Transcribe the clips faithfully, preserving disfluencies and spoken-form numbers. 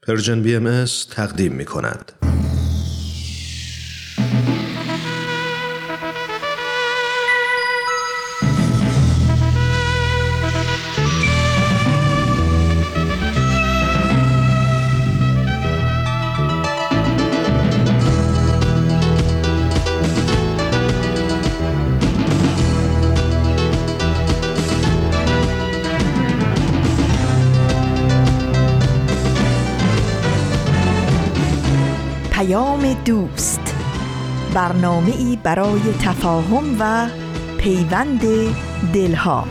پرژن بی ام اس تقدیم می کند. دوست، برنامه‌ای برای تفاهم و پیوند دلها.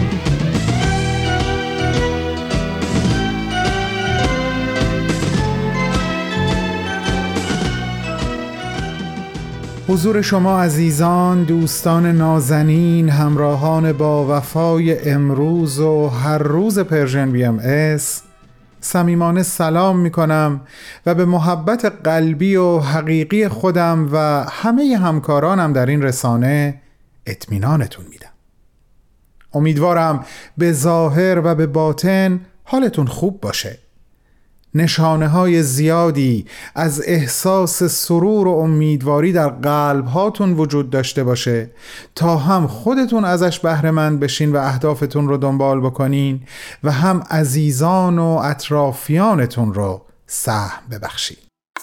حضور شما عزیزان، دوستان نازنین، همراهان با وفای امروز و هر روز پرژن بی ام اس، صمیمانه سلام می کنم و به محبت قلبی و حقیقی خودم و همه همکارانم در این رسانه اطمینانتون میدم. امیدوارم به ظاهر و به باطن حالتون خوب باشه. نشانه های زیادی از احساس سرور و امیدواری در قلب هاتون وجود داشته باشه تا هم خودتون ازش بهره مند بشین و اهدافتون رو دنبال بکنین و هم عزیزان و اطرافیانتون رو سهم ببخشین.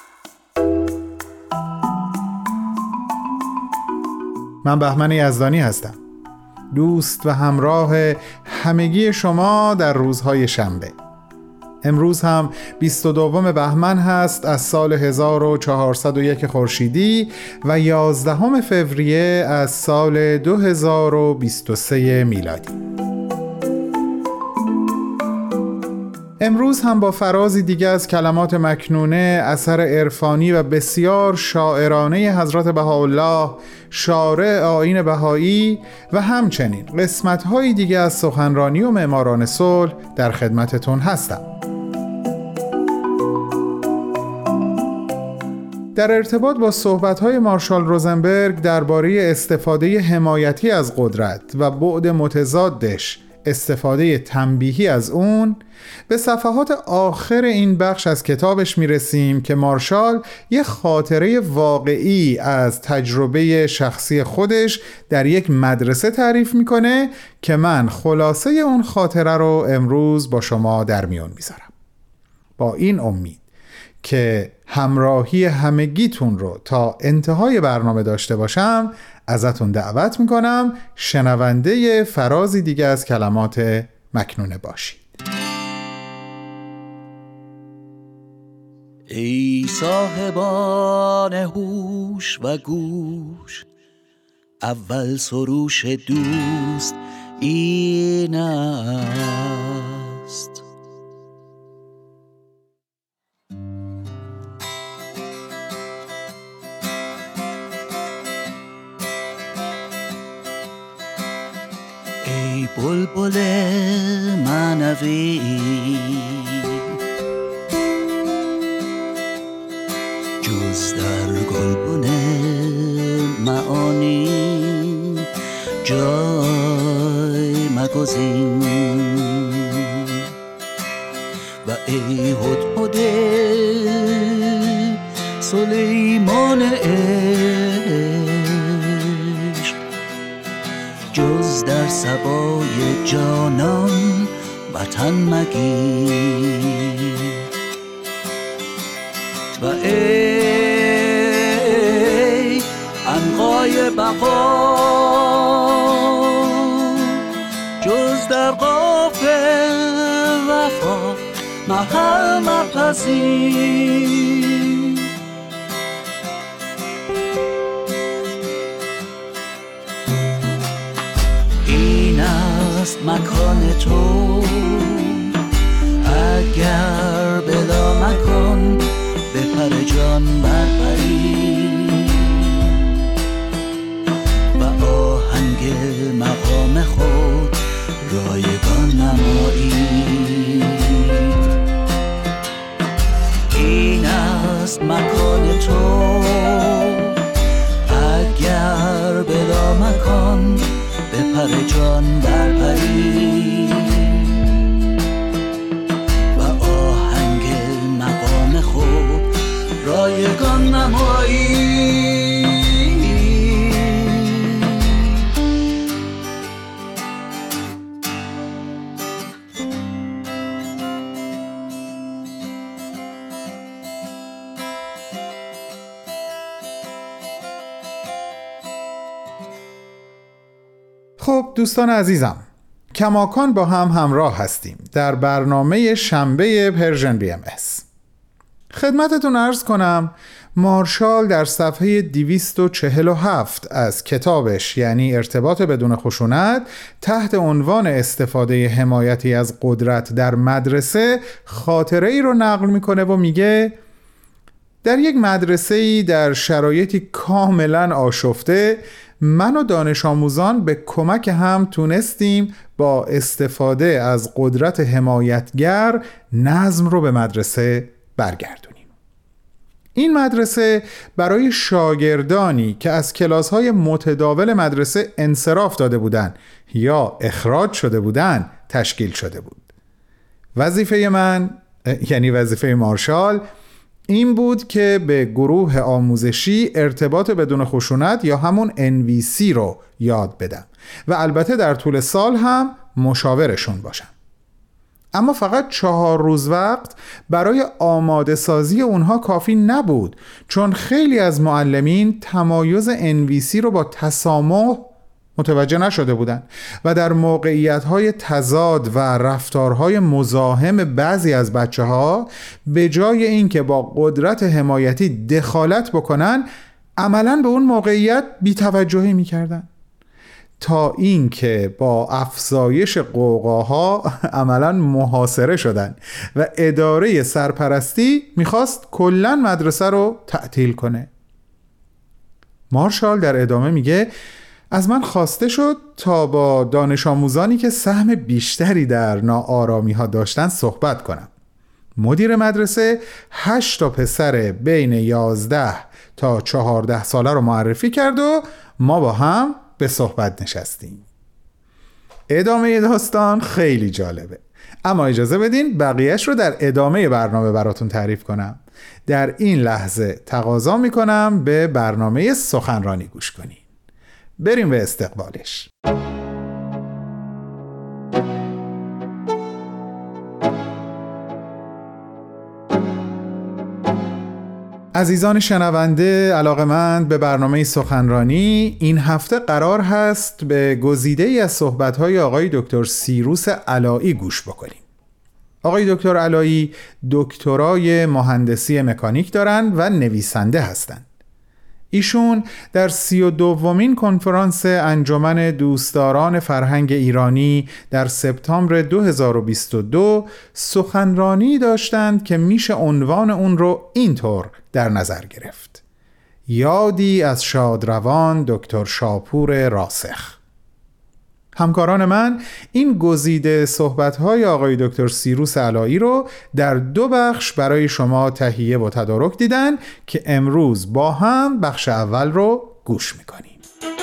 من بهمن یزدانی هستم، دوست و همراه همگی شما در روزهای شنبه. امروز هم بیست و دوم بهمن هست از سال هزار و چهارصد و یک خورشیدی و یازدهم فوریه از سال دو هزار و بیست و سه میلادی. امروز هم با فرازی دیگه از کلمات مکنونه، اثر عرفانی و بسیار شاعرانه حضرت بهاءالله شارع آیین بهایی و همچنین قسمت‌های دیگه از سخنرانی و معماران صلح در خدمتتون هستم. در ارتباط با صحبت‌های مارشال روزنبرگ درباره استفاده حمایتی از قدرت و بعد متضادش استفاده تنبیهی از اون، به صفحات آخر این بخش از کتابش میرسیم که مارشال یه خاطره واقعی از تجربه شخصی خودش در یک مدرسه تعریف میکنه که من خلاصه اون خاطره رو امروز با شما در میون میذارم، با این امید که همراهی همگیتون رو تا انتهای برنامه داشته باشم. ازتون دعوت میکنم شنونده فرازی دیگه از کلمات مکنونه باشید. ای صاحبان هوش و گوش، اول سروش دوست این است. ای بلبل معنوی، جز در گلبن معانی جای مگزین. و ای هدهد سلیمان عشق، جز در سبای جانان وطن مگیر. و ای عنقای بقا، جز در قاف وفا محل مپذیر. این است مکان تو، اگر بلا مکان به پر جان برپری و آهنگ مقام خود رایگان نمایی. این است مکان تو، اگر بلا مکان به پر جان برپری و آهنگ مقام خب دوستان عزیزم، کماکان با هم همراه هستیم در برنامه شنبه پرژن بی ام اس. خدمتتون عرض کنم مارشال در صفحه دویست و چهل و هفت از کتابش یعنی ارتباط بدون خشونت تحت عنوان استفاده حمایتی از قدرت در مدرسه خاطره ای رو نقل میکنه و میگه در یک مدرسه‌ای در شرایطی کاملا آشفته من و دانش آموزان به کمک هم تونستیم با استفاده از قدرت حمایتگر نظم رو به مدرسه برگردونیم. این مدرسه برای شاگردانی که از کلاس‌های متداول مدرسه انصراف داده بودند یا اخراج شده بودند تشکیل شده بود. وظیفه من یعنی وظیفه مارشال این بود که به گروه آموزشی ارتباط بدون خشونت یا همون ان وی سی رو یاد بدم و البته در طول سال هم مشاورشون باشم. اما فقط چهار روز وقت برای آماده سازی اونها کافی نبود، چون خیلی از معلمین تمایز ان وی سی رو با تسامح متوجه نشده بودند و در موقعیت‌های تضاد و رفتارهای مزاحم بعضی از بچه‌ها به جای اینکه با قدرت حمایتی دخالت بکنن عملاً به اون موقعیت بی‌توجهی می‌کردن، تا اینکه با افزایش قوقاها عملاً محاصره شدن و اداره سرپرستی می‌خواست کلاً مدرسه رو تعطیل کنه. مارشال در ادامه میگه از من خواسته شد تا با دانش آموزانی که سهم بیشتری در ناآرامی ها داشتن صحبت کنم. مدیر مدرسه هشت تا پسر بین یازده تا چهارده ساله رو معرفی کرد و ما با هم به صحبت نشستیم. ادامه داستان خیلی جالبه، اما اجازه بدین بقیهش رو در ادامه برنامه براتون تعریف کنم. در این لحظه تقاضا میکنم به برنامه سخنرانی گوش کنید. بریم به استقبالش. عزیزان شنونده علاقه‌مند به برنامه سخنرانی، این هفته قرار هست به گزیده‌ای از صحبت‌های آقای دکتر سیروس علایی گوش بکنیم. آقای دکتر علایی دکترای مهندسی مکانیک دارن و نویسنده هستند. ایشون در سی و دومین کنفرانس انجمن دوستداران فرهنگ ایرانی در سپتامبر دو هزار و بیست و دو سخنرانی داشتند که میشه عنوان اون رو اینطور در نظر گرفت: یادی از شادروان دکتر شاپور راسخ. همکاران من این گزیده صحبت‌های آقای دکتر سیروس علایی رو در دو بخش برای شما تهیه و تدارک دیدن که امروز با هم بخش اول رو گوش می‌کنیم.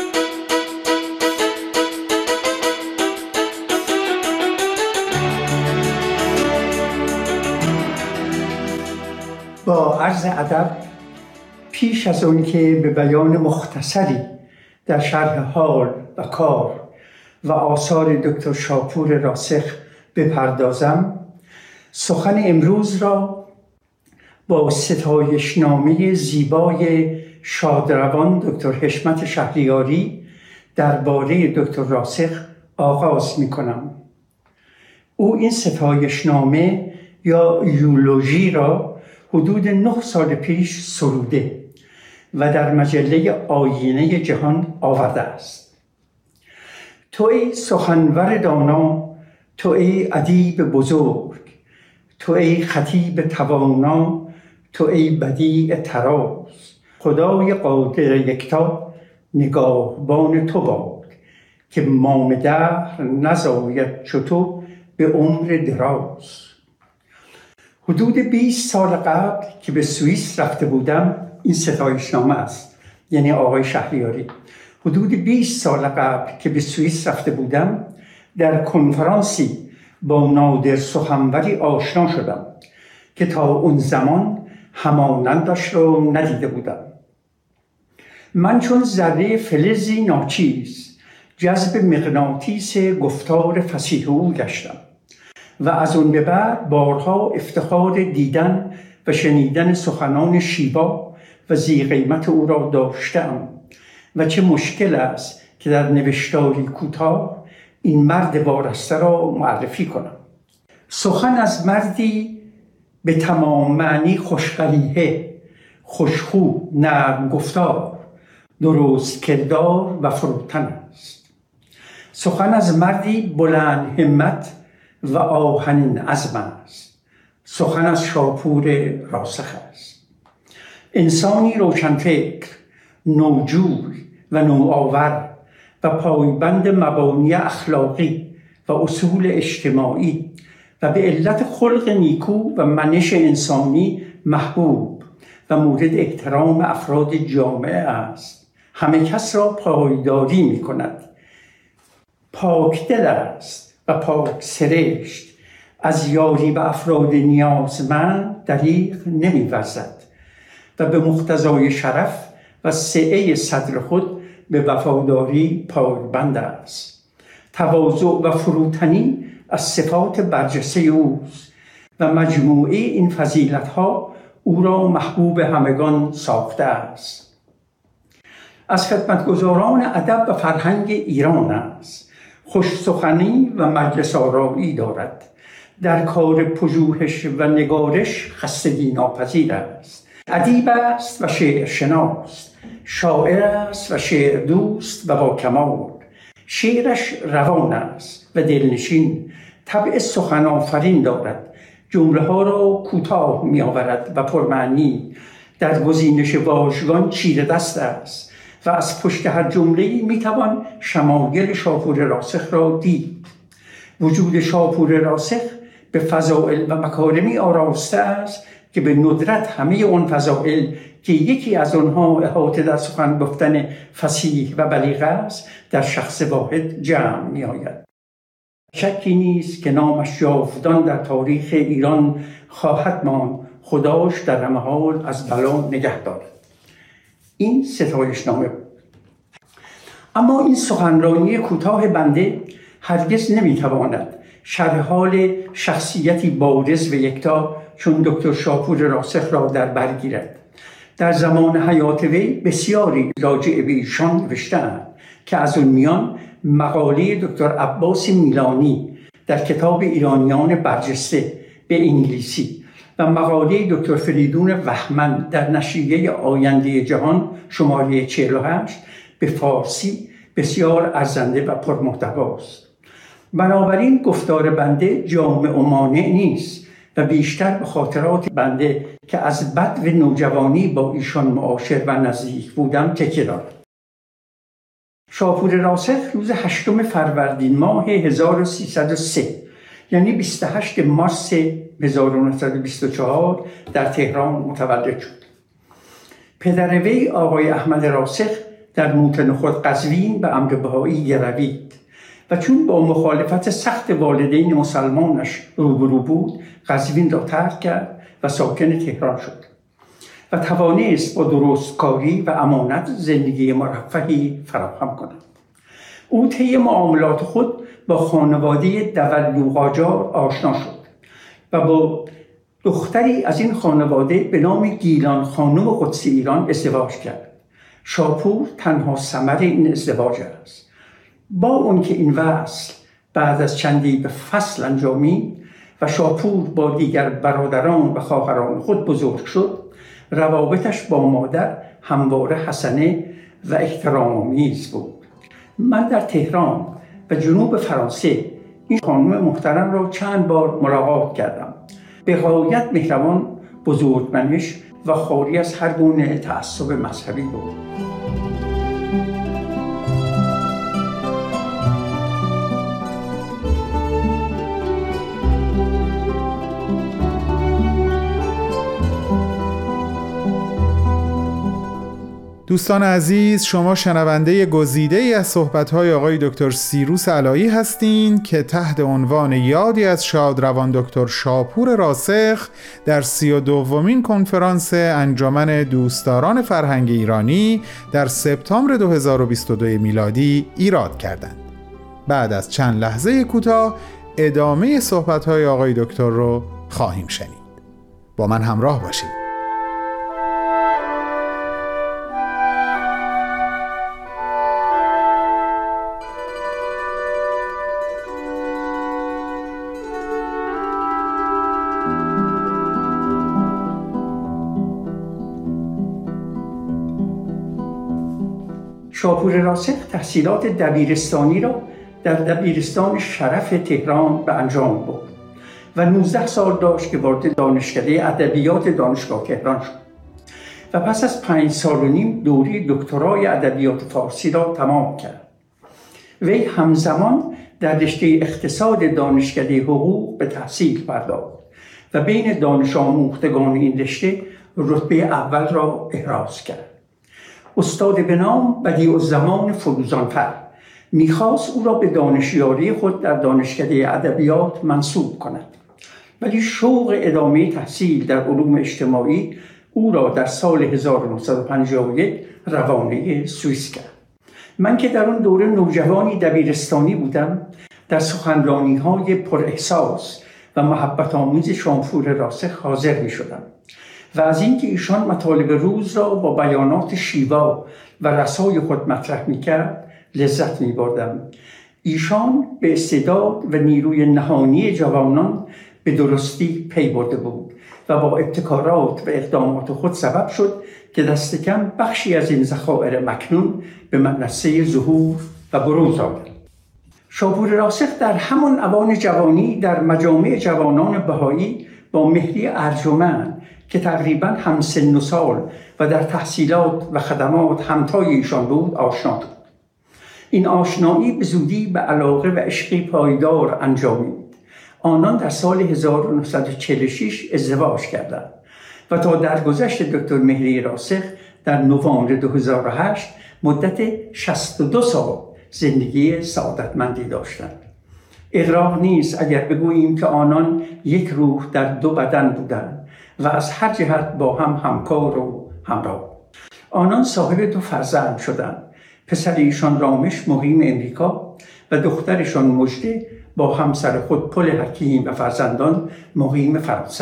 با عرض ادب، پیش از اون که به بیان مختصری در شرح حال و کار و آثار دکتر شاپور راسخ بپردازم، سخن امروز را با ستایشنامه زیبای شادروان دکتر حشمت شهریاری درباره دکتر راسخ آغاز می کنم. او این ستایشنامه یا یولوژی را حدود نه سال پیش سروده و در مجله آینه جهان آورده است. تو ای سخنور دانا، تو ای ادیب بزرگ، تو ای خطیب توانا، تو ای بدیع طراز، خدای قادر یکتا نگاهبان تو باد که مام دهر نزاید چو تو به عمر دراز. حدود بیست سال قبل که به سوئیس رفته بودم، این ستایشنامه است، یعنی آقای شهریاری. حدود بیست سال قبل که به سوئیس رفته بودم، در کنفرانسی با نادر سخنوری آشنا شدم که تا اون زمان همانندش رو ندیده بودم. من چون ذره فلزی ناچیز جذب مغناطیس گفتار فصیح او گشتم و از اون به بعد بارها افتخار دیدن و شنیدن سخنان شیوا و ذی قیمت او را داشتم و چه مشکل است که در نوشتاری کوتاه این مرد وارسته را معرفی کنم. سخن از مردی به تمام معنی خوشقلیحه، خوشخو، نرم گفتار، درست کردار و فروتن است. سخن از مردی بلند همت و آهنین عزم است. سخن از شاپور راسخ است. انسانی روشنفکر، نوجوی و نوآور و پایبند مبانی اخلاقی و اصول اجتماعی و به علت خلق نیکو و منش انسانی محبوب و مورد احترام افراد جامعه است. همه کس را پایداری می کند. پاک دل است و پاک سرشت، از یاری به افراد نیازمند دریغ نمی ورزد و به مقتضای شرف و سعه صدر خود به وفاداری پایبند است. تواضع و فروتنی از صفات برجسته اوست و مجموعه این فضیلت‌ها او را محبوب همگان ساخته است. از خدمتگزاران ادب و فرهنگ ایران است. خوش سخنی و مجلس آرایی دارد. در کار پژوهش و نگارش خستگی ناپذیر است. ادیب است و شعر شناس، شاعر است و شعر دوست و با کمال. شعرش روان است و دلنشین، طبع سخن آفرین دارد. جمله ها را کوتاه می آورد و پرمعنی. در گزینش واژگان چیره دست است و از پشت هر جمله می توان شمایل شاپور راسخ را دید. وجود شاپور راسخ به فضائل و مکارمی آراسته است که به ندرت همه اون فضائل که یکی از آنها احاطه در سخن گفتن فصیح و بلیغ است در شخص واحد جمع می آید. شکی نیست که نامش جاودان در تاریخ ایران خواهد ماند. خداش در همه حال از بلا نگه دارد. این ستایش نامه بود. اما این سخنرانی کوتاه بنده هرگز نمیتواند شرح حال شخصیتی بارز و یکتا چون دکتر شاپور راسخ را در بر گیرد. در زمان حیات وی بسیاری راجع به ایشان نوشته‌اند که از اون میان مقاله دکتر عباس میلانی در کتاب ایرانیان برجسته به انگلیسی و مقاله دکتر فریدون وهمن در نشریه آینده جهان شماره چهل و هشت به فارسی بسیار ارزنده و پرمحتواست. بنابراین گفتار بنده جامع و مانع نیست و بیشتر به خاطرات بنده که از بدو نوجوانی با ایشان معاشر و نزدیک بودم تکیه دارد. شاپور راسخ روز هشتم فروردین ماه هزار و سیصد و سه یعنی بیست و هشتم مارس هزار و نهصد و بیست و چهار در تهران متولد شد. پدر وی آقای احمد راسخ در موت نخود قزوین به امر بهایی گروید و چون با مخالفت سخت والدین مسلمانش روبرو بود قزوین را ترک کرد و ساکن تهران شد و توانست با درستکاری و امانت زندگی مرفهی فراهم کند. او طی معاملات خود با خانواده دولو قاجار آشنا شد و با دختری از این خانواده به نام گیلان خانم قدسی ایران ازدواج کرد. شاپور تنها ثمر این ازدواج است. با اون که این وصل بعد از چندی به فصل انجامید و شاپور با دیگر برادران و خواهران خود بزرگ شد، روابطش با مادر همواره حسنه و احترام‌آمیز بود. من در تهران و جنوب فرانسه این خانم محترم را چند بار ملاقات کردم. به غایت مهربان، بزرگمنش و خالی از هر گونه تعصب مذهبی بود. دوستان عزیز، شما شنونده گزیده ای از صحبت‌های آقای دکتر سیروس علایی هستین که تحت عنوان یادی از شادروان دکتر شاپور راسخ در سی و دومین کنفرانس انجمن دوستداران فرهنگ ایرانی در سپتامبر دو هزار و بیست و دو میلادی ایراد کردند. بعد از چند لحظه کوتاه ادامه صحبت‌های آقای دکتر رو خواهیم شنید. با من همراه باشید. شاپور راسخ تحصیلات دبیرستانی را در دبیرستان شرف تهران به انجام برد و نوزده سال داشت که وارد دانشکده ادبیات دانشگاه تهران شد و پس از پنج سال و نیم دوره دکترای ادبیات فارسی را تمام کرد. وی همزمان در رشته اقتصاد دانشکده حقوق به تحصیل پرداخت و بین دانش آموختگان این رشته رتبه اول را احراز کرد. استاد به نام بدیع‌الزمان فروزانفر میخواست او را به دانشیاری خود در دانشکده ادبیات منصوب کند، ولی شوق ادامه تحصیل در علوم اجتماعی او را در سال هزار و نهصد و پنجاه و یک روانه سوئیس کرد. من که در اون دوره نوجوانی دبیرستانی بودم، در سخنرانی‌های پر احساس و محبت آمیز شاپور راسخ حاضر می شدم و از اینکه ایشان مطالب روز را با بیانات شیوا و رسای خود مطرح می کرد لذت می بردم. ایشان به استعداد و نیروی نهانی جوانان به درستی پی برده بود و با ابتکارات و اقدامات خود سبب شد که دست کم بخشی از این ذخایر مکنون به منصه ظهور و بروز آمد. شاپور راسخ در همان اوان جوانی در مجامع جوانان بهایی با مهری ارجمند که تقریباً هم سن و سال و در تحصیلات و خدمات همتای ایشان بود آشنا شد. این آشنایی به زودی به علاقه و عشقی پایدار انجامید. آنان در سال هزار و نهصد و چهل و شش ازدواج کردند و تا درگذشت دکتر مهری راسخ در نوامبر دو هزار و هشت مدت شصت و دو سال زندگی سعادتمندی داشتند. اغراق نیست اگر بگوییم که آنان یک روح در دو بدن بودند و از هر جهت با هم همکار و همراه. آنان صاحب دو فرزند شدند. پسر ایشان رامش مقیم امریکا و دخترشان مژده با همسر خود پل حکیم و فرزندان مقیم فرانسه.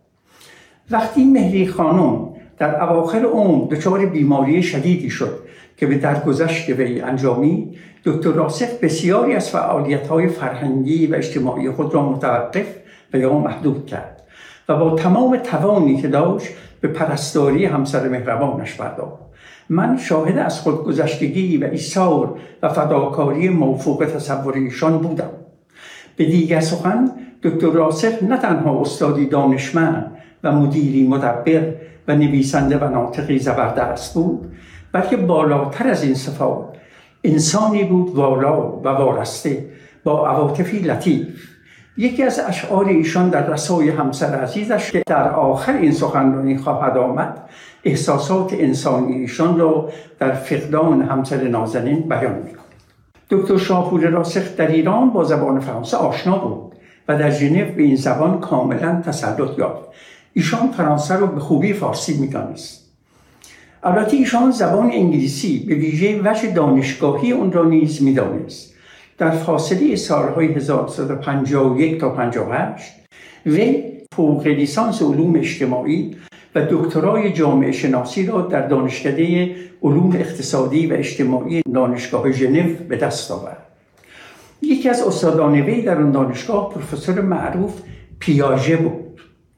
وقتی مهری خانم در اواخر عمر دچار بیماری شدیدی شد که به درگذشت وی انجامید، دکتر راسخ بسیاری از فعالیت‌های فرهنگی و اجتماعی خود را متوقف و یا محدود کرد و با تمام توانی که داشت به پرستاری همسر مهربانش پرداخت. من شاهد از خودگذشتگی و ایثار و فداکاری موفوق تصور ایشان بودم. به دیگر سخن، دکتر راسخ نه تنها استادی دانشمند و مدیری مدبر و نویسنده و ناطقی زبردست بود، بلکه بالاتر از این صفات انسانی بود والا و وارسته با عواطفی لطیف. یکی از اشعار ایشان در رسای همسر عزیزش که در آخر این سخنرانی خواهد آمد، احساسات انسانی ایشان را در فقدان همسر نازنین بیان می‌کند. دکتر شاپور راسخ در ایران با زبان فرانسه آشنا بود و در ژنو به این زبان کاملا تسلط یافت. ایشان فرانسه را به خوبی فارسی می‌دانست. البته ایشان زبان انگلیسی به ویژه وجه دانشگاهی اون را نیز می‌دانست. در فاصله سالهای هزار و نهصد و پنجاه و یک تا پنجاه و هشت وی فوق لیسانس علوم اجتماعی و دکترای جامعه شناسی را در دانشکده علوم اقتصادی و اجتماعی دانشگاه ژنو به دست آورد. یکی از استادان وی در آن دانشگاه پروفسور معروف پیاژه بود.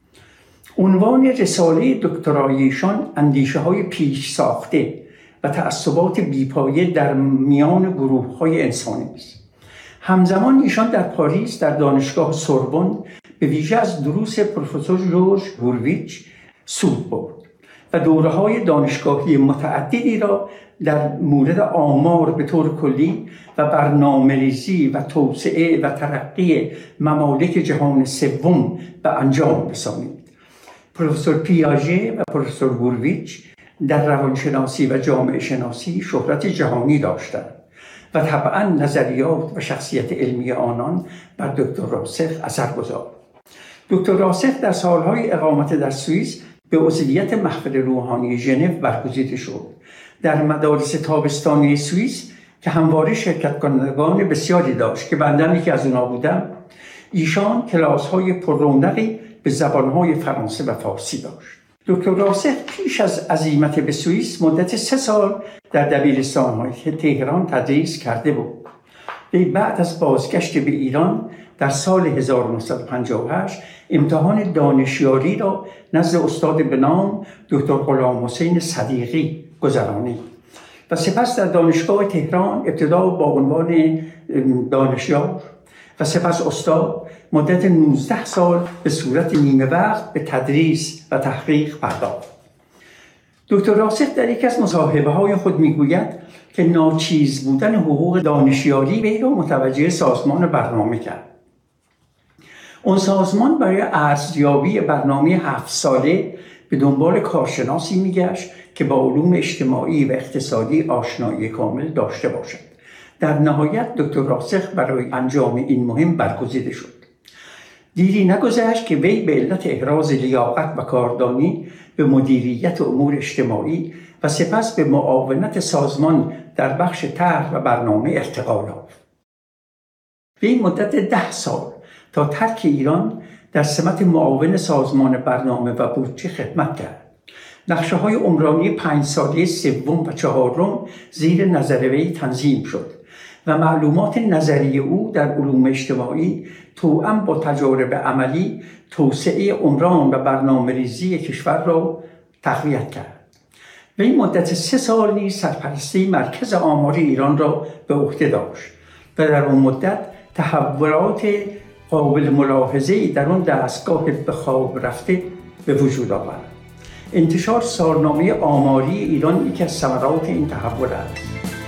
عنوان رساله دکترای ایشان اندیشه‌های پیش ساخته و تعصبات بیپایه در میان گروه‌های انسانی است. همزمان ایشان در پاریس در دانشگاه سوربن به ویژه از دروس پروفسور ژورژ گورویچ سود برد و دوره‌های دانشگاهی متعددی را در مورد آمار به طور کلی و برنامه‌ریزی و توسعه و ترقی ممالک جهان سوم به انجام رسانید. پروفسور پیاژه و پروفسور گورویچ در روانشناسی و جامعه شناسی شهرت جهانی داشتند و طبعا نظریات و شخصیت علمی آنان بر دکتر راسخ اثر گذاشت. دکتر راسخ در سالهای اقامت در سوئیس به عضویت محفل روحانی ژنو برگزیده شد. در مدارس تابستانی سوئیس که همواره شرکت کنندگان بسیاری داشت که بنده یکی از اونها بودم، ایشان کلاس‌های پررونقی به زبان‌های فرانسه و فارسی داشت. دکتر راسخ پیش از عزیمت به سوئیس مدت سه سال در دبیرستان‌های تهران تدریس کرده بود. وی بعد از بازگشت به ایران در سال هزار و نهصد و پنجاه و هشت امتحان دانشیاری را نزد استاد به نام دکتر غلام حسین صدیقی گذرانید. و سپس در دانشگاه تهران ابتدا با عنوان دانشیار و سپس استاد مدت نوزده سال به صورت نیمه وقت به تدریس و تحقیق پرداخت. دکتر راسخ در یکی از مصاحبه‌های خود میگوید که ناچیز بودن حقوق دانشیاری وی را متوجه سازمان برنامه کرد. اون سازمان برای ارزیابی برنامه هفت ساله به دنبال کارشناسی میگشت که با علوم اجتماعی و اقتصادی آشنایی کامل داشته باشد. در نهایت دکتر راسخ برای انجام این مهم برگزیده شد. دیری نگذشت که وی به علت احراز لیاقت و کاردانی به مدیریت امور اجتماعی و سپس به معاونت سازمان در بخش طرح و برنامه ارتقا یافت. وی مدت ده سال تا ترک ایران در سمت معاون سازمان برنامه و بودجه خدمت کرد. نقشه های عمرانی پنج ساله سوم و چهارم زیر نظر وی تنظیم شد و معلومات نظری او در علوم اجتماعی توأم با تجارب عملی توسعه عمران و برنامه ریزی کشور را تقویت کرد. وی مدت سه سال نیز سرپرستی مرکز آماری ایران را به عهده داشت و در آن مدت تحولات قابل ملاحظه‌ای در آن دستگاه به خواب رفته به وجود آورد. انتشار سالنامه آماری ایران یکی از ثمرات این تحول است.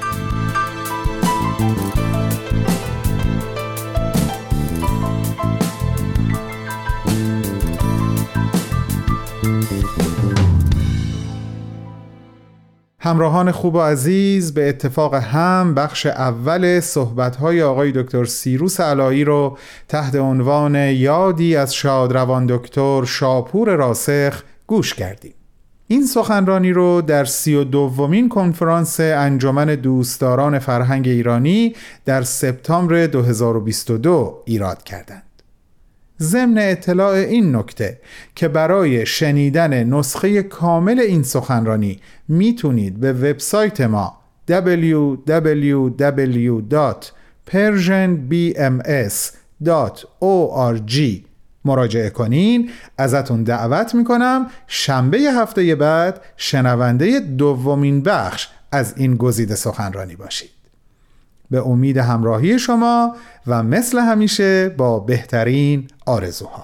همراهان خوب و عزیز، به اتفاق هم بخش اول صحبت‌های آقای دکتر سیروس علایی رو تحت عنوان یادی از شادروان دکتر شاپور راسخ گوش کردیم. این سخنرانی رو در سی و دومین کنفرانس انجمن دوستداران فرهنگ ایرانی در سپتامبر دو هزار و بیست و دو ایراد کردند. ضمن اطلاع این نکته که برای شنیدن نسخه کامل این سخنرانی میتونید به وبسایت ما دبلیو دبلیو دبلیو دات پرژن بی ام اس دات او آر جی مراجعه کنین. ازتون دعوت میکنم شنبه هفته بعد شنونده دومین بخش از این گزیده سخنرانی باشید. به امید همراهی شما و مثل همیشه با بهترین آرزوها.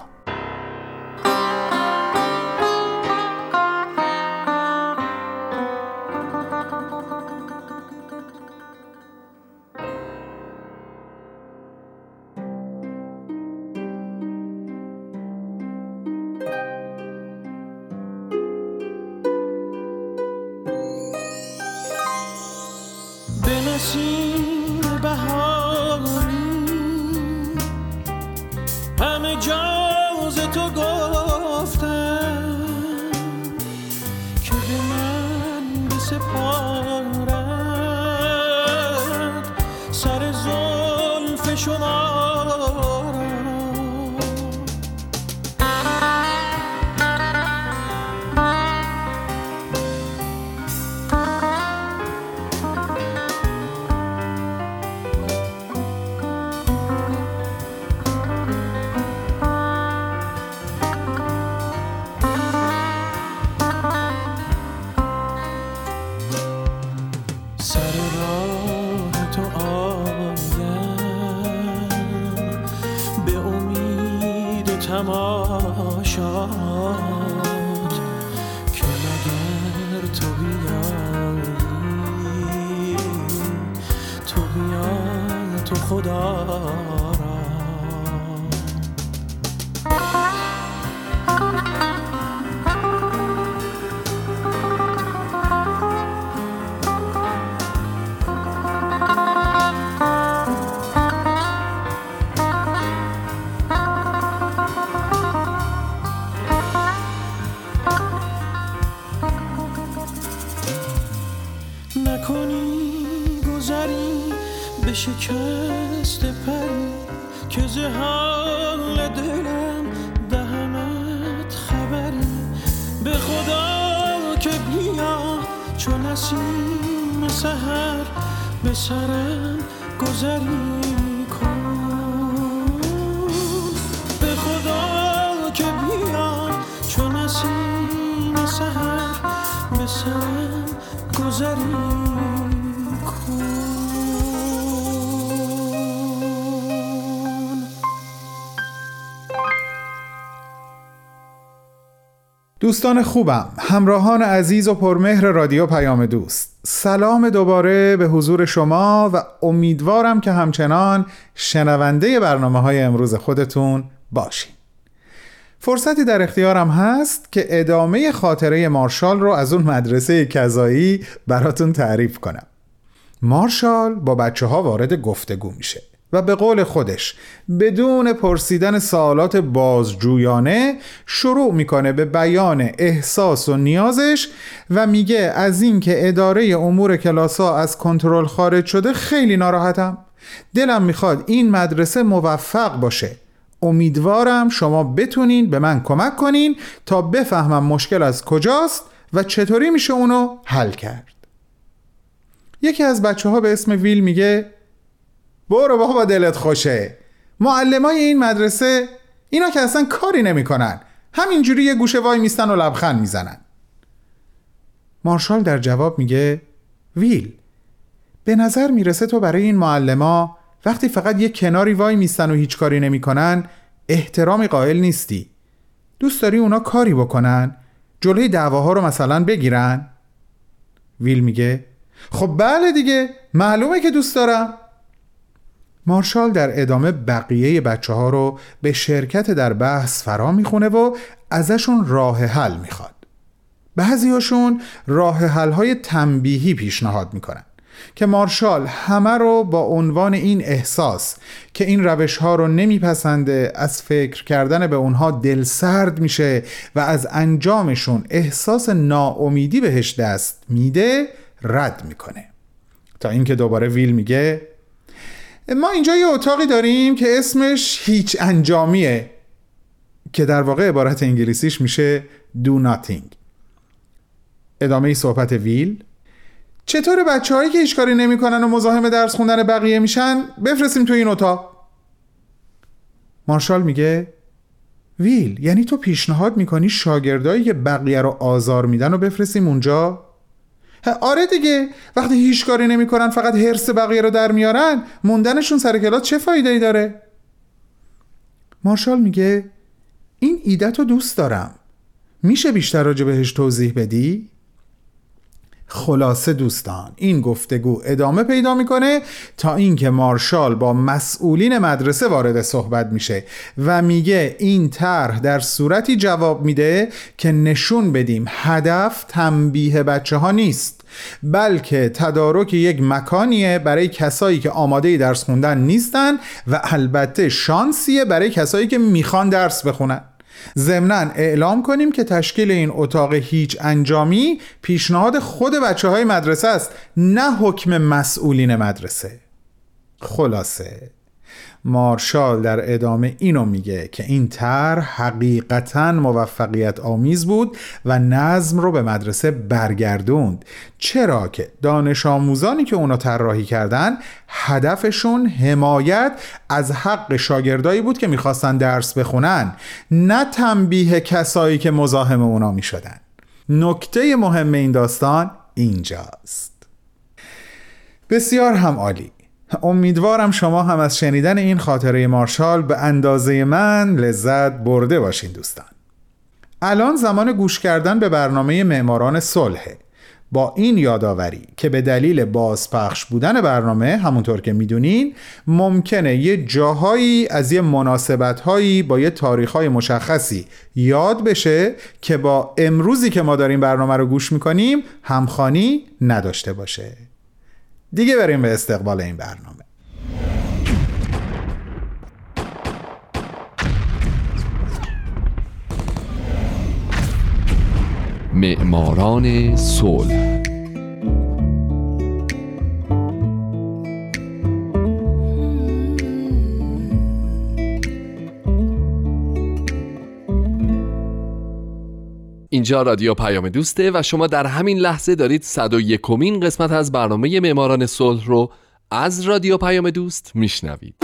شکست پری که ز حال دلم دهمت خبری. به خدا که بیا چو نسیم سحر به سرم گذری کن. به خدا که بیا چو نسیم سحر به سرم گذری دوستان خوبم، همراهان عزیز و پرمهر رادیو پیام دوست، سلام دوباره به حضور شما و امیدوارم که همچنان شنونده برنامه های امروز خودتون باشین. فرصتی در اختیارم هست که ادامه خاطره مارشال رو از اون مدرسه کذایی براتون تعریف کنم. مارشال با بچه ها وارد گفتگو میشه و به قول خودش بدون پرسیدن سوالات بازجویانه شروع میکنه به بیان احساس و نیازش و میگه از این که اداره امور کلاس‌ها از کنترل خارج شده خیلی ناراحتم. دلم میخواد این مدرسه موفق باشه. امیدوارم شما بتونین به من کمک کنین تا بفهمم مشکل از کجاست و چطوری میشه اونو حل کرد. یکی از بچه ها به اسم ویل میگه برو بابا دلت خوشه، معلمای این مدرسه اینا که اصلا کاری نمی کنن، همینجوری یه گوشه وای میستن و لبخند میزنن. مارشال در جواب میگه ویل، به نظر میرسه تو برای این معلما وقتی فقط یه کناری وای میستن و هیچ کاری نمی کنن احترامی قائل نیستی. دوست داری اونا کاری بکنن، جلوی دعواها رو مثلا بگیرن؟ ویل میگه خب بله دیگه، معلومه که دوست دارم. مارشال در ادامه بقیه بچه ها رو به شرکت در بحث فرا میخونه و ازشون راه حل میخواد. بعضی هاشون راه حل های تنبیهی پیشنهاد میکنن که مارشال همه رو با عنوان این احساس که این روش ها رو نمیپسنده، از فکر کردن به اونها دل سرد میشه و از انجامشون احساس ناامیدی بهش دست میده رد میکنه. تا اینکه دوباره ویل میگه ما اینجا یه اتاقی داریم که اسمش هیچ انجامیه که در واقع عبارت انگلیسیش میشه do nothing. ادامه صحبت ویل، چطور بچه هایی که هیچ کاری نمی کنن و مزاحم درس خوندن بقیه میشن بفرستیم تو این اتاق؟ مارشال میگه ویل، یعنی تو پیشنهاد میکنی شاگردایی که بقیه رو آزار میدن و بفرستیم اونجا؟ آره دیگه، وقتی هیچ کاری نمی کنن فقط حرص بقیه رو در میارن، موندنشون سر کلاس چه فایده‌ای داره؟ مارشال میگه این ایده‌تو دوست دارم، میشه بیشتر راجع بهش توضیح بدی؟ خلاصه دوستان، این گفتگو ادامه پیدا میکنه تا اینکه مارشال با مسئولین مدرسه وارد صحبت میشه و میگه این طرح در صورتی جواب میده که نشون بدیم هدف تنبیه بچه ها نیست، بلکه تدارک یک مکانیه برای کسایی که آماده درس خوندن نیستن و البته شانسیه برای کسایی که میخوان درس بخونن. ضمناً اعلام کنیم که تشکیل این اتاق هیچ انجامی پیشنهاد خود بچه های مدرسه است، نه حکم مسئولین مدرسه. خلاصه مارشال در ادامه اینو میگه که این طرح حقیقتاً موفقیت آمیز بود و نظم رو به مدرسه برگردوند، چرا که دانش آموزانی که اونا طراحی کردن هدفشون حمایت از حق شاگردایی بود که میخواستن درس بخونن، نه تنبیه کسایی که مزاحم اونا میشدن. نکته مهم این داستان اینجاست. بسیار هم عالی. امیدوارم شما هم از شنیدن این خاطره مارشال به اندازه من لذت برده باشین دوستان. الان زمان گوش کردن به برنامه معماران صلحه، با این یادآوری که به دلیل بازپخش بودن برنامه همونطور که میدونین ممکنه یه جاهایی از یه مناسبت‌هایی با یه تاریخ‌های مشخصی یاد بشه که با امروزی که ما داریم برنامه رو گوش میکنیم همخوانی نداشته باشه. دیگه بریم به استقبال این برنامه. معماران صلح. اینجا رادیو پیام دوسته و شما در همین لحظه دارید صد و یکمین قسمت از برنامه معماران صلح رو از رادیو پیام دوست میشنوید.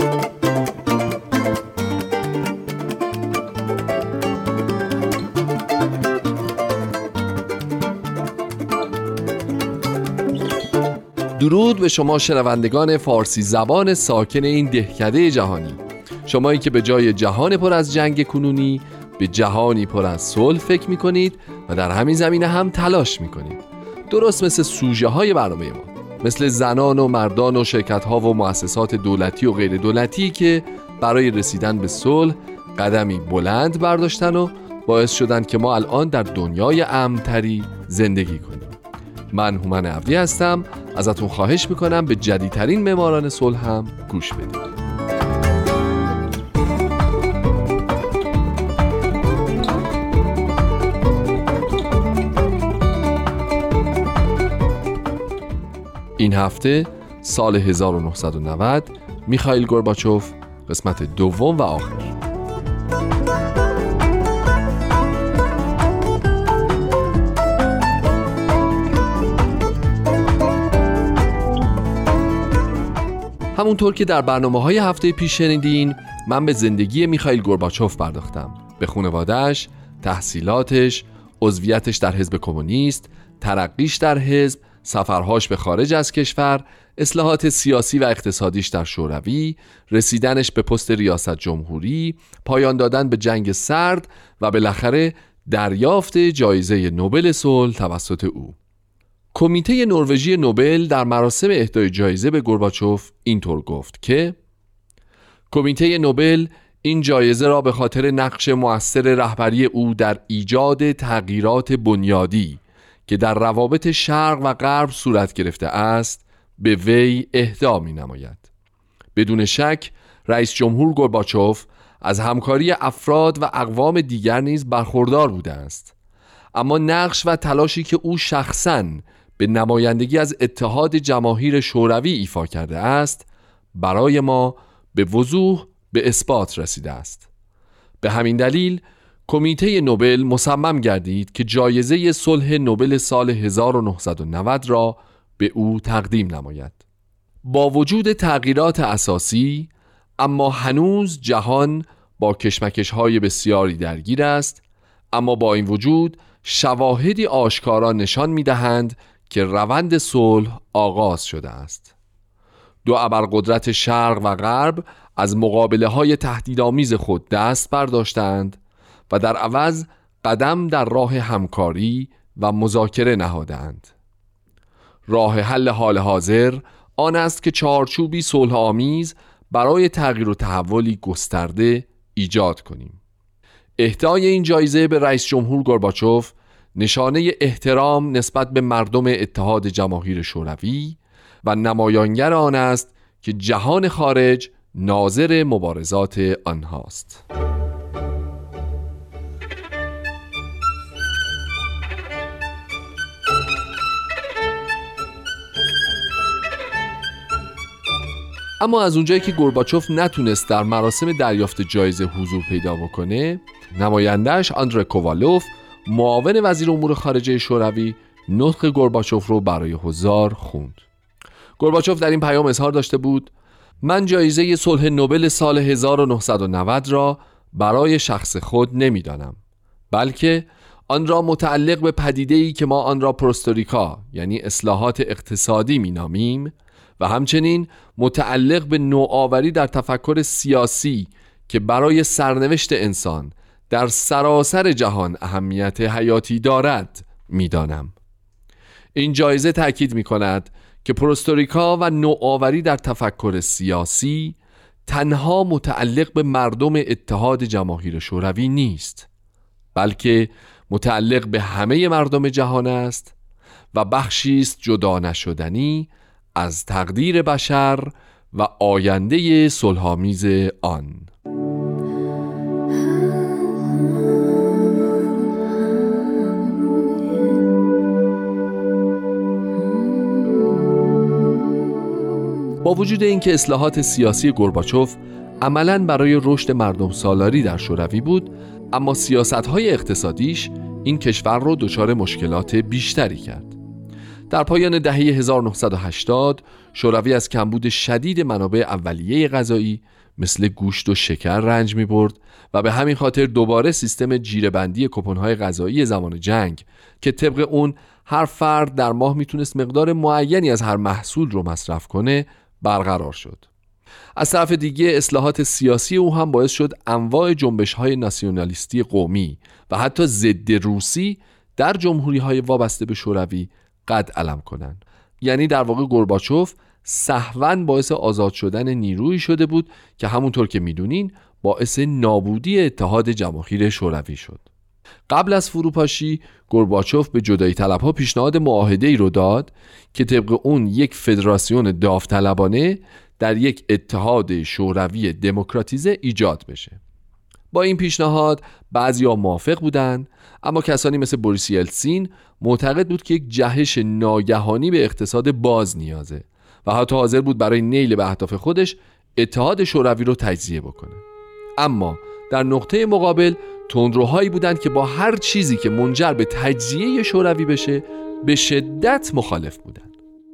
درود به شما شنوندگان فارسی زبان ساکن این دهکده جهانی، شمایی که به جای جهان پر از جنگ کنونی به جهانی پر از صلح فکر میکنید و در همین زمینه هم تلاش میکنید، درست مثل سوژه های برنامه ما، مثل زنان و مردان و شرکت ها و مؤسسات دولتی و غیر دولتی که برای رسیدن به صلح قدمی بلند برداشتن و باعث شدن که ما الان در دنیای امن‌تری زندگی کنیم. من هومن عبدی هستم، ازتون خواهش میکنم به جدیدترین معماران صلح هم گوش بدید. این هفته سال هزار و نهصد و نود، میخائیل گورباچوف، قسمت دوم و آخر. همونطور که در برنامه‌های هفته پیش شنیدین، من به زندگی میخائیل گورباچوف پرداختم، به خانواده‌اش، تحصیلاتش، عضویتش در حزب کمونیست، ترقیش در حزب، سفرهاش به خارج از کشور، اصلاحات سیاسی و اقتصادیش در شوروی، رسیدنش به پست ریاست جمهوری، پایان دادن به جنگ سرد و بالاخره دریافت جایزه نوبل صلح توسط او. کمیته نروژی نوبل در مراسم اهدای جایزه به گورباچوف اینطور گفت که کمیته نوبل این جایزه را به خاطر نقش مؤثر رهبری او در ایجاد تغییرات بنیادی که در روابط شرق و غرب صورت گرفته است به وی اهدا می نماید. بدون شک رئیس جمهور گورباچوف از همکاری افراد و اقوام دیگر نیز برخوردار بوده است، اما نقش و تلاشی که او شخصاً به نمایندگی از اتحاد جماهیر شوروی ایفا کرده است برای ما به وضوح به اثبات رسیده است. به همین دلیل کمیته نوبل مصمم گردید که جایزه صلح نوبل سال هزار و نهصد و نود را به او تقدیم نماید. با وجود تغییرات اساسی، اما هنوز جهان با کشمکش‌های بسیاری درگیر است، اما با این وجود شواهدی آشکارا نشان می‌دهند که روند صلح آغاز شده است. دو ابرقدرت شرق و غرب از مقابله‌های تهدیدآمیز خود دست برداشتند و در عوض قدم در راه همکاری و مذاکره نهادند. راه حل حال حاضر آن است که چارچوبی صلح آمیز برای تغییر و تحولی گسترده ایجاد کنیم. اهدای این جایزه به رئیس جمهور گورباچوف نشانه احترام نسبت به مردم اتحاد جماهیر شوروی و نمایانگر آن است که جهان خارج ناظر مبارزات آنهاست. اما از اونجایی که گورباچوف نتونست در مراسم دریافت جایزه حضور پیدا بکنه، نماینده‌اش آندری کووالوف، معاون وزیر امور خارجه شوروی، نطق گورباچوف رو برای حضار خوند. گورباچوف در این پیام اظهار داشته بود: من جایزه صلح نوبل سال هزار و نهصد و نود را برای شخص خود نمیدانم، بلکه آن را متعلق به پدیده‌ای که ما آن را پروستوریکا یعنی اصلاحات اقتصادی مینامیم و همچنین متعلق به نوآوری در تفکر سیاسی که برای سرنوشت انسان در سراسر جهان اهمیت حیاتی دارد میدانم. این جایزه تأکید می کند که پروستوریکا و نوآوری در تفکر سیاسی تنها متعلق به مردم اتحاد جماهیر شوروی نیست، بلکه متعلق به همه مردم جهان است و بخشی است جدا نشدنی از تقدیر بشر و آینده صلح‌آمیز آن. با وجود اینکه اصلاحات سیاسی گورباچوف عملاً برای رشد مردم سالاری در شوروی بود، اما سیاست‌های اقتصادیش این کشور رو دچار مشکلات بیشتری کرد. در پایان دهه هزار و نهصد و هشتاد شوروی از کمبود شدید منابع اولیه غذایی مثل گوشت و شکر رنج می برد و به همین خاطر دوباره سیستم جیره‌بندی کوپن‌های غذایی زمان جنگ که طبق اون هر فرد در ماه میتونست مقدار معینی از هر محصول رو مصرف کنه برقرار شد. از طرف دیگه اصلاحات سیاسی او هم باعث شد انواع جنبش‌های ناسیونالیستی قومی و حتی ضد روسی در جمهوری‌های وابسته به شوروی قد علم کنند. یعنی در واقع گورباچوف سهواً باعث آزاد شدن نیرویی شده بود که همونطور که میدونین باعث نابودی اتحاد جماهیر شوروی شد. قبل از فروپاشی گورباچوف به جدایی طلبها پیشنهاد معاهده‌ای رو داد که طبق اون یک فدراسیون داوطلبانه در یک اتحاد شوروی دموکراتیزه ایجاد بشه. با این پیشنهاد بعضیا موافق بودن، اما کسانی مثل بوریس یلتسین معتقد بود که یک جهش ناگهانی به اقتصاد باز نیازه و حتی حاضر بود برای نیل به اهداف خودش اتحاد شوروی رو تجزیه بکنه. اما در نقطه مقابل تندروهایی بودند که با هر چیزی که منجر به تجزیه شوروی بشه به شدت مخالف بودند.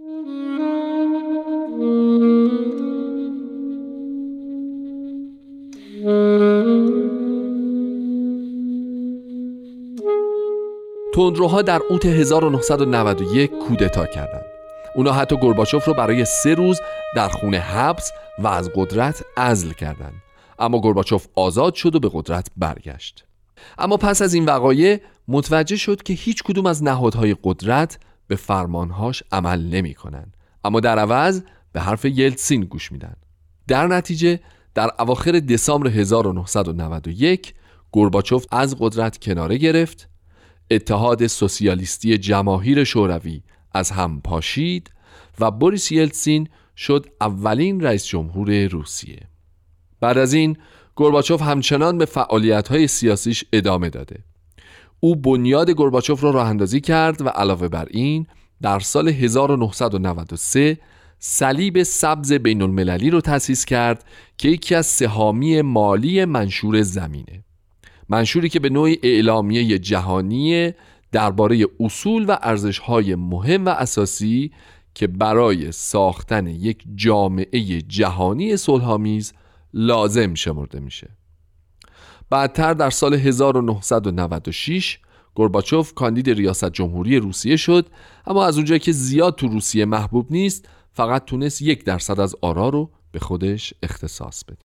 تندروها در اوت هزار و نهصد و نود و یک کودتا کردند. اونا حتی گورباچوف رو برای سه روز در خونه حبس و از قدرت عزل کردند. اما گورباچوف آزاد شد و به قدرت برگشت. اما پس از این وقایع متوجه شد که هیچ کدوم از نهادهای قدرت به فرمانهاش عمل نمی کنن، اما در عوض به حرف یلتسین گوش میدن. در نتیجه در اواخر دسامبر هزار و نهصد و نود و یک گورباچوف از قدرت کناره گرفت، اتحاد سوسیالیستی جماهیر شوروی از هم پاشید و بوریس یلتسین شد اولین رئیس جمهور روسیه. بعد از این گورباچوف همچنان به فعالیت‌های سیاسیش ادامه داده. او بنیاد گورباچوف را راه اندازی کرد و علاوه بر این در سال هزار و نهصد و نود و سه صلیب سبز بین المللی رو تأسیس کرد که یکی از سهامی مالی منشور زمینه. منشوری که به نوعی اعلامیه جهانی درباره اصول و ارزش‌های مهم و اساسی که برای ساختن یک جامعه جهانی صلح‌آمیز لازم شمرده میشه. بعدتر در سال هزار و نهصد و نود و شش گورباچوف کاندید ریاست جمهوری روسیه شد، اما از اونجایی که زیاد تو روسیه محبوب نیست فقط تونست یک درصد از آرا رو به خودش اختصاص بده.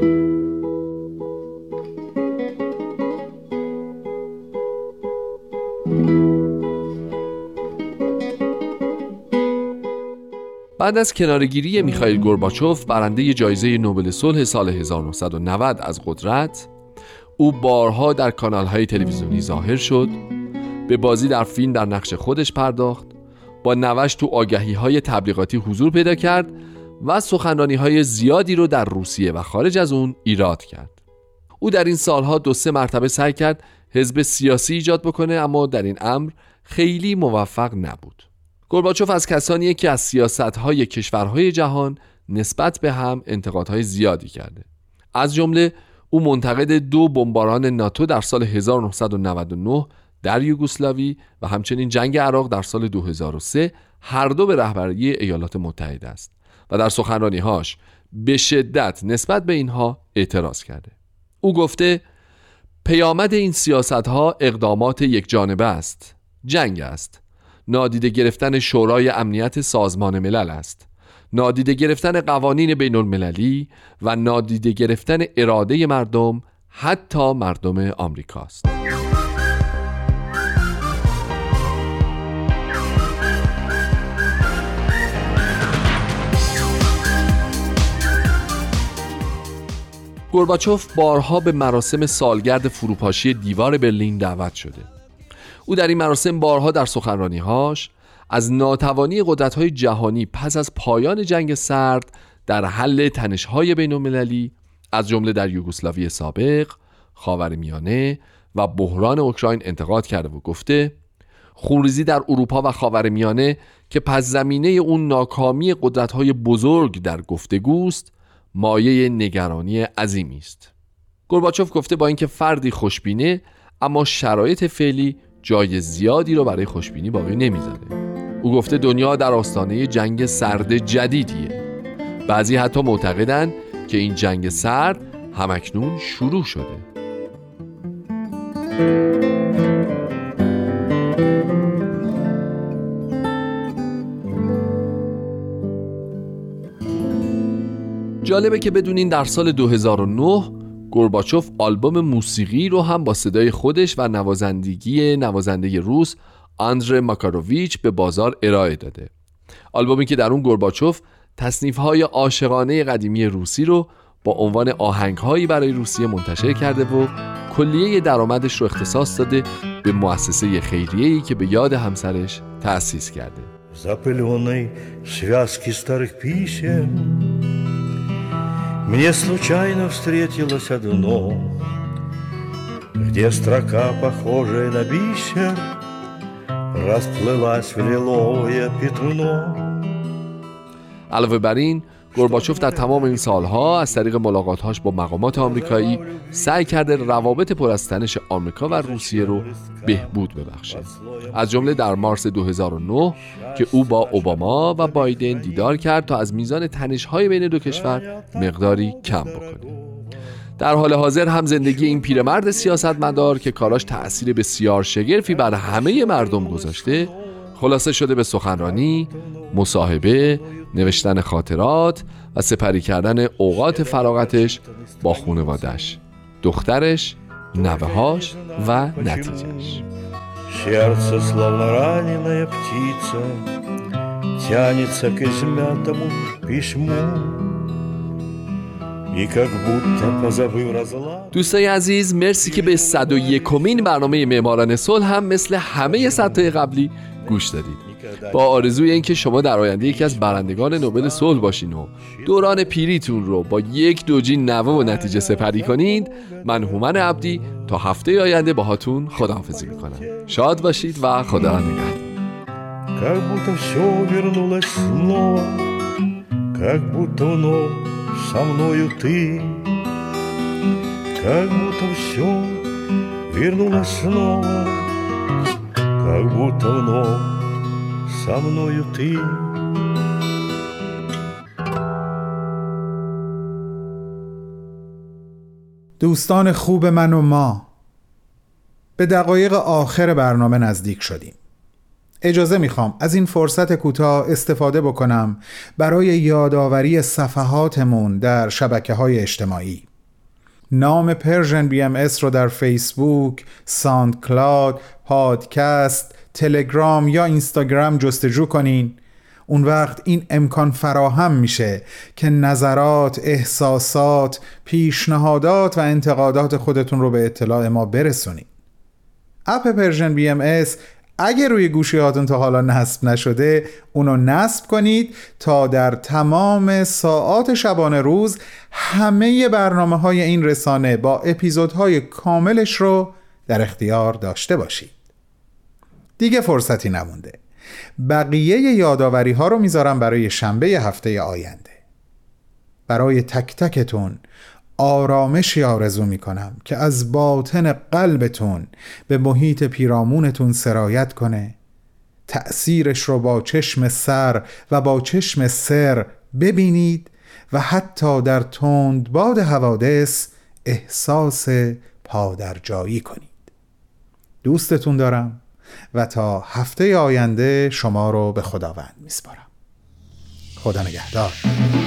بعد از کنارگیری میخائیل گورباچوف برنده جایزه نوبل صلح سال هزار و نهصد و نود از قدرت، او بارها در کانال‌های تلویزیونی ظاهر شد، به بازی در فیلم در نقش خودش پرداخت، با نوش تو آگهی‌های تبلیغاتی حضور پیدا کرد و سخنرانی‌های زیادی رو در روسیه و خارج از اون ایراد کرد. او در این سالها دو سه مرتبه سعی کرد حزب سیاسی ایجاد بکنه، اما در این امر خیلی موفق نبود. گورباچوف از کسانیه که از سیاست‌های کشورهای جهان نسبت به هم انتقادهای زیادی کرده. از جمله او منتقد دو بمباران ناتو در سال هزار و نهصد و نود و نه در یوگسلاوی و همچنین جنگ عراق در سال دو هزار و سه هر دو به رهبری ایالات متحده است و در سخنرانی‌هاش به شدت نسبت به اینها اعتراض کرده. او گفته پیامد این سیاست‌ها اقدامات یک جانبه است، جنگ است، نادیده گرفتن شورای امنیت سازمان ملل است، نادیده گرفتن قوانین بین المللی و نادیده گرفتن اراده مردم، حتی مردم آمریکاست. گورباچوف بارها به مراسم سالگرد فروپاشی دیوار برلین دعوت شده. او در این مراسم بارها در سخنرانی‌هاش از ناتوانی قدرت‌های جهانی پس از پایان جنگ سرد در حل تنش‌های بین‌المللی از جمله در یوگسلاوی سابق، خاورمیانه و بحران اوکراین انتقاد کرده و گفته خونریزی در اروپا و خاورمیانه که پس زمینه اون ناکامی قدرت‌های بزرگ در گفتگوست، مایه نگرانی عظیمی است. گورباچوف گفته با اینکه فردی خوشبینه، اما شرایط فعلی جای زیادی رو برای خوشبینی باقی نمیذاره. او گفته دنیا در آستانه جنگ سرد جدیدیه. بعضی حتی معتقدن که که این جنگ سرد همکنون شروع شده. جالبه که بدونین در سال دو هزار و نه گورباچوف آلبوم موسیقی رو هم با صدای خودش و نوازندگی نوازنده روس آندره ماکاروویچ به بازار ارائه داده. آلبومی که در اون گورباچوف تصنیف‌های عاشقانه قدیمی روسی رو با عنوان آهنگ‌هایی برای روسیه منتشر کرده و کلیه درآمدش رو اختصاص داده به مؤسسه خیریه‌ای که به یاد همسرش تأسیس کرده. Запыленной связки старых писем мне случайно встретилось одно, где строка, похожая на бисер, расплылась в лиловое пятно. علاوه بر این گورباچوف در تمام این سالها از طریق ملاقات‌هاش با مقامات آمریکایی سعی کرده روابط پر از تنش آمریکا و روسیه رو بهبود ببخشه. از جمله در مارس دو هزار و نه که او با اوباما و بایدن دیدار کرد تا از میزان تنش‌های بین دو کشور مقداری کم بکنه. در حال حاضر هم زندگی این پیرمرد سیاستمدار که کاراش تأثیر بسیار شگرفی بر همه مردم گذاشته خلاصه شده به سخنرانی، مصاحبه، نوشتن خاطرات و سپری کردن اوقات فراغتش با خانواده‌اش، دخترش، نوه‌هاش و نتیجهش. Сердце, словно раненая птица, тянется к измятому письму. دوستای عزیز، مرسی که به صد و یکمین برنامه معماران صلح هم مثل همه صدهای قبلی گوش دادید. با آرزوی اینکه شما در آینده یکی از برندگان نوبل صلح باشین و دوران پیریتون رو با یک دوجین نوه و نتیجه سپری کنید، من هومن عبدی تا هفته آینده باهاتون خداحافظی میکنم. شاد باشید و خدا نگهدار. Как будто все вернулось снова, как будто вновь со мною ты, как будто все вернулось снова, как будто вновь со мною ты. دوستان خوب من و ما، به دقایق آخر برنامه نزدیک شدیم. اجازه میخوام از این فرصت کوتاه استفاده بکنم برای یادآوری صفحاتمون در شبکه‌های اجتماعی. نام پرژن بی ام اس رو در فیسبوک، ساوند کلاود، پادکست، تلگرام یا اینستاگرام جستجو کنین. اون وقت این امکان فراهم میشه که نظرات، احساسات، پیشنهادات و انتقادات خودتون رو به اطلاع ما برسونین. اپ پرژن بی ام اس اگه روی گوشی هاتون تا حالا نصب نشده اونو نصب کنید تا در تمام ساعات شبانه روز همه برنامه های این رسانه با اپیزودهای کاملش رو در اختیار داشته باشید. دیگه فرصتی نمونده. بقیه یاداوری ها رو میذارم برای شنبه هفته آینده. برای تک تکتون آرامشی آرزو میکنم که از باطن قلبتون به محیط پیرامونتون سرایت کنه، تأثیرش رو با چشم سر و با چشم سر ببینید و حتی در تندباد حوادث احساس پادرجایی کنید. دوستتون دارم و تا هفته آینده شما رو به خداوند میسپارم. خدا نگهدار.